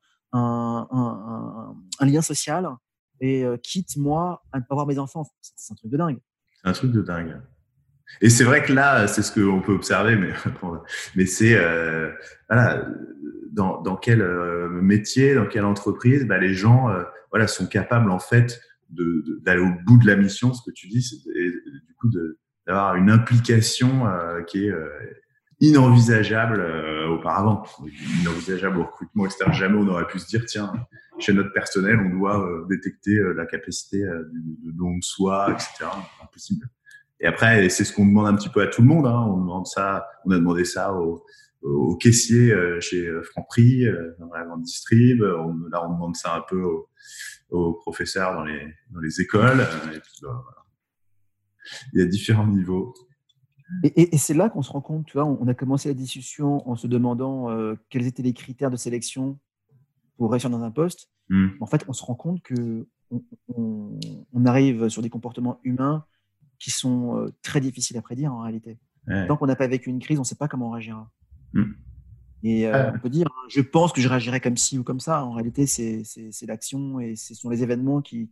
lien social et quitte, moi, à ne pas voir mes enfants. C'est un truc de dingue. C'est un truc de dingue. Et c'est vrai que là, c'est ce qu'on peut observer, mais c'est voilà, dans quel métier, dans quelle entreprise, les gens sont capables en fait d'aller au bout de la mission, ce que tu dis, et du coup d'avoir une implication qui est inenvisageable auparavant, inenvisageable au recrutement, etc. Jamais on aurait pu se dire, tiens, chez notre personnel, on doit détecter la capacité de don de soi, etc. Impossible. Et après, c'est ce qu'on demande un petit peu à tout le monde. Hein. On a demandé ça aux caissiers chez Franprix, dans la grande distrib. Là, on demande ça un peu aux professeurs dans les écoles. Et puis, voilà. Il y a différents niveaux. Et c'est là qu'on se rend compte, tu vois, on a commencé la discussion en se demandant quels étaient les critères de sélection pour réussir dans un poste. En fait, on se rend compte qu'on arrive sur des comportements humains qui sont très difficiles à prédire en réalité. Ouais. Tant qu'on n'a pas vécu une crise, on ne sait pas comment on réagira. Et on peut dire, je pense que je réagirais comme ci ou comme ça. En réalité, c'est l'action et ce sont les événements qui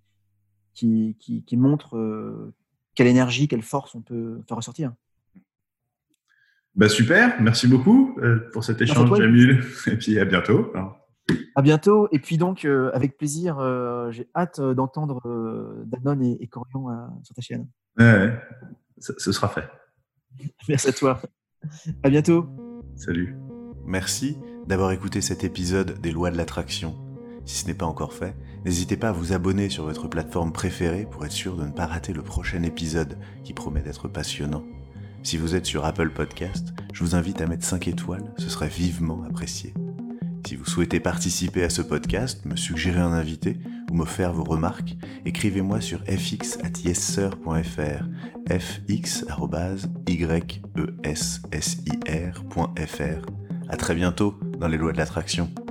montrent quelle énergie, quelle force on peut faire ressortir. Super, merci beaucoup pour cet échange, Jamil. Et puis à bientôt. À bientôt. Et puis donc, avec plaisir, j'ai hâte d'entendre Danone et Corian sur ta chaîne. Ouais, ce sera fait. Merci à toi. À bientôt. Salut. Merci d'avoir écouté cet épisode des Lois de l'Attraction. Si ce n'est pas encore fait, n'hésitez pas à vous abonner sur votre plateforme préférée pour être sûr de ne pas rater le prochain épisode qui promet d'être passionnant. Si vous êtes sur Apple Podcast, je vous invite à mettre 5 étoiles, ce serait vivement apprécié. Si vous souhaitez participer à ce podcast, me suggérer un invité ou me faire vos remarques, écrivez-moi sur fx@yessir.fr, fx@yessir.fr. À très bientôt dans les Lois de l'Attraction.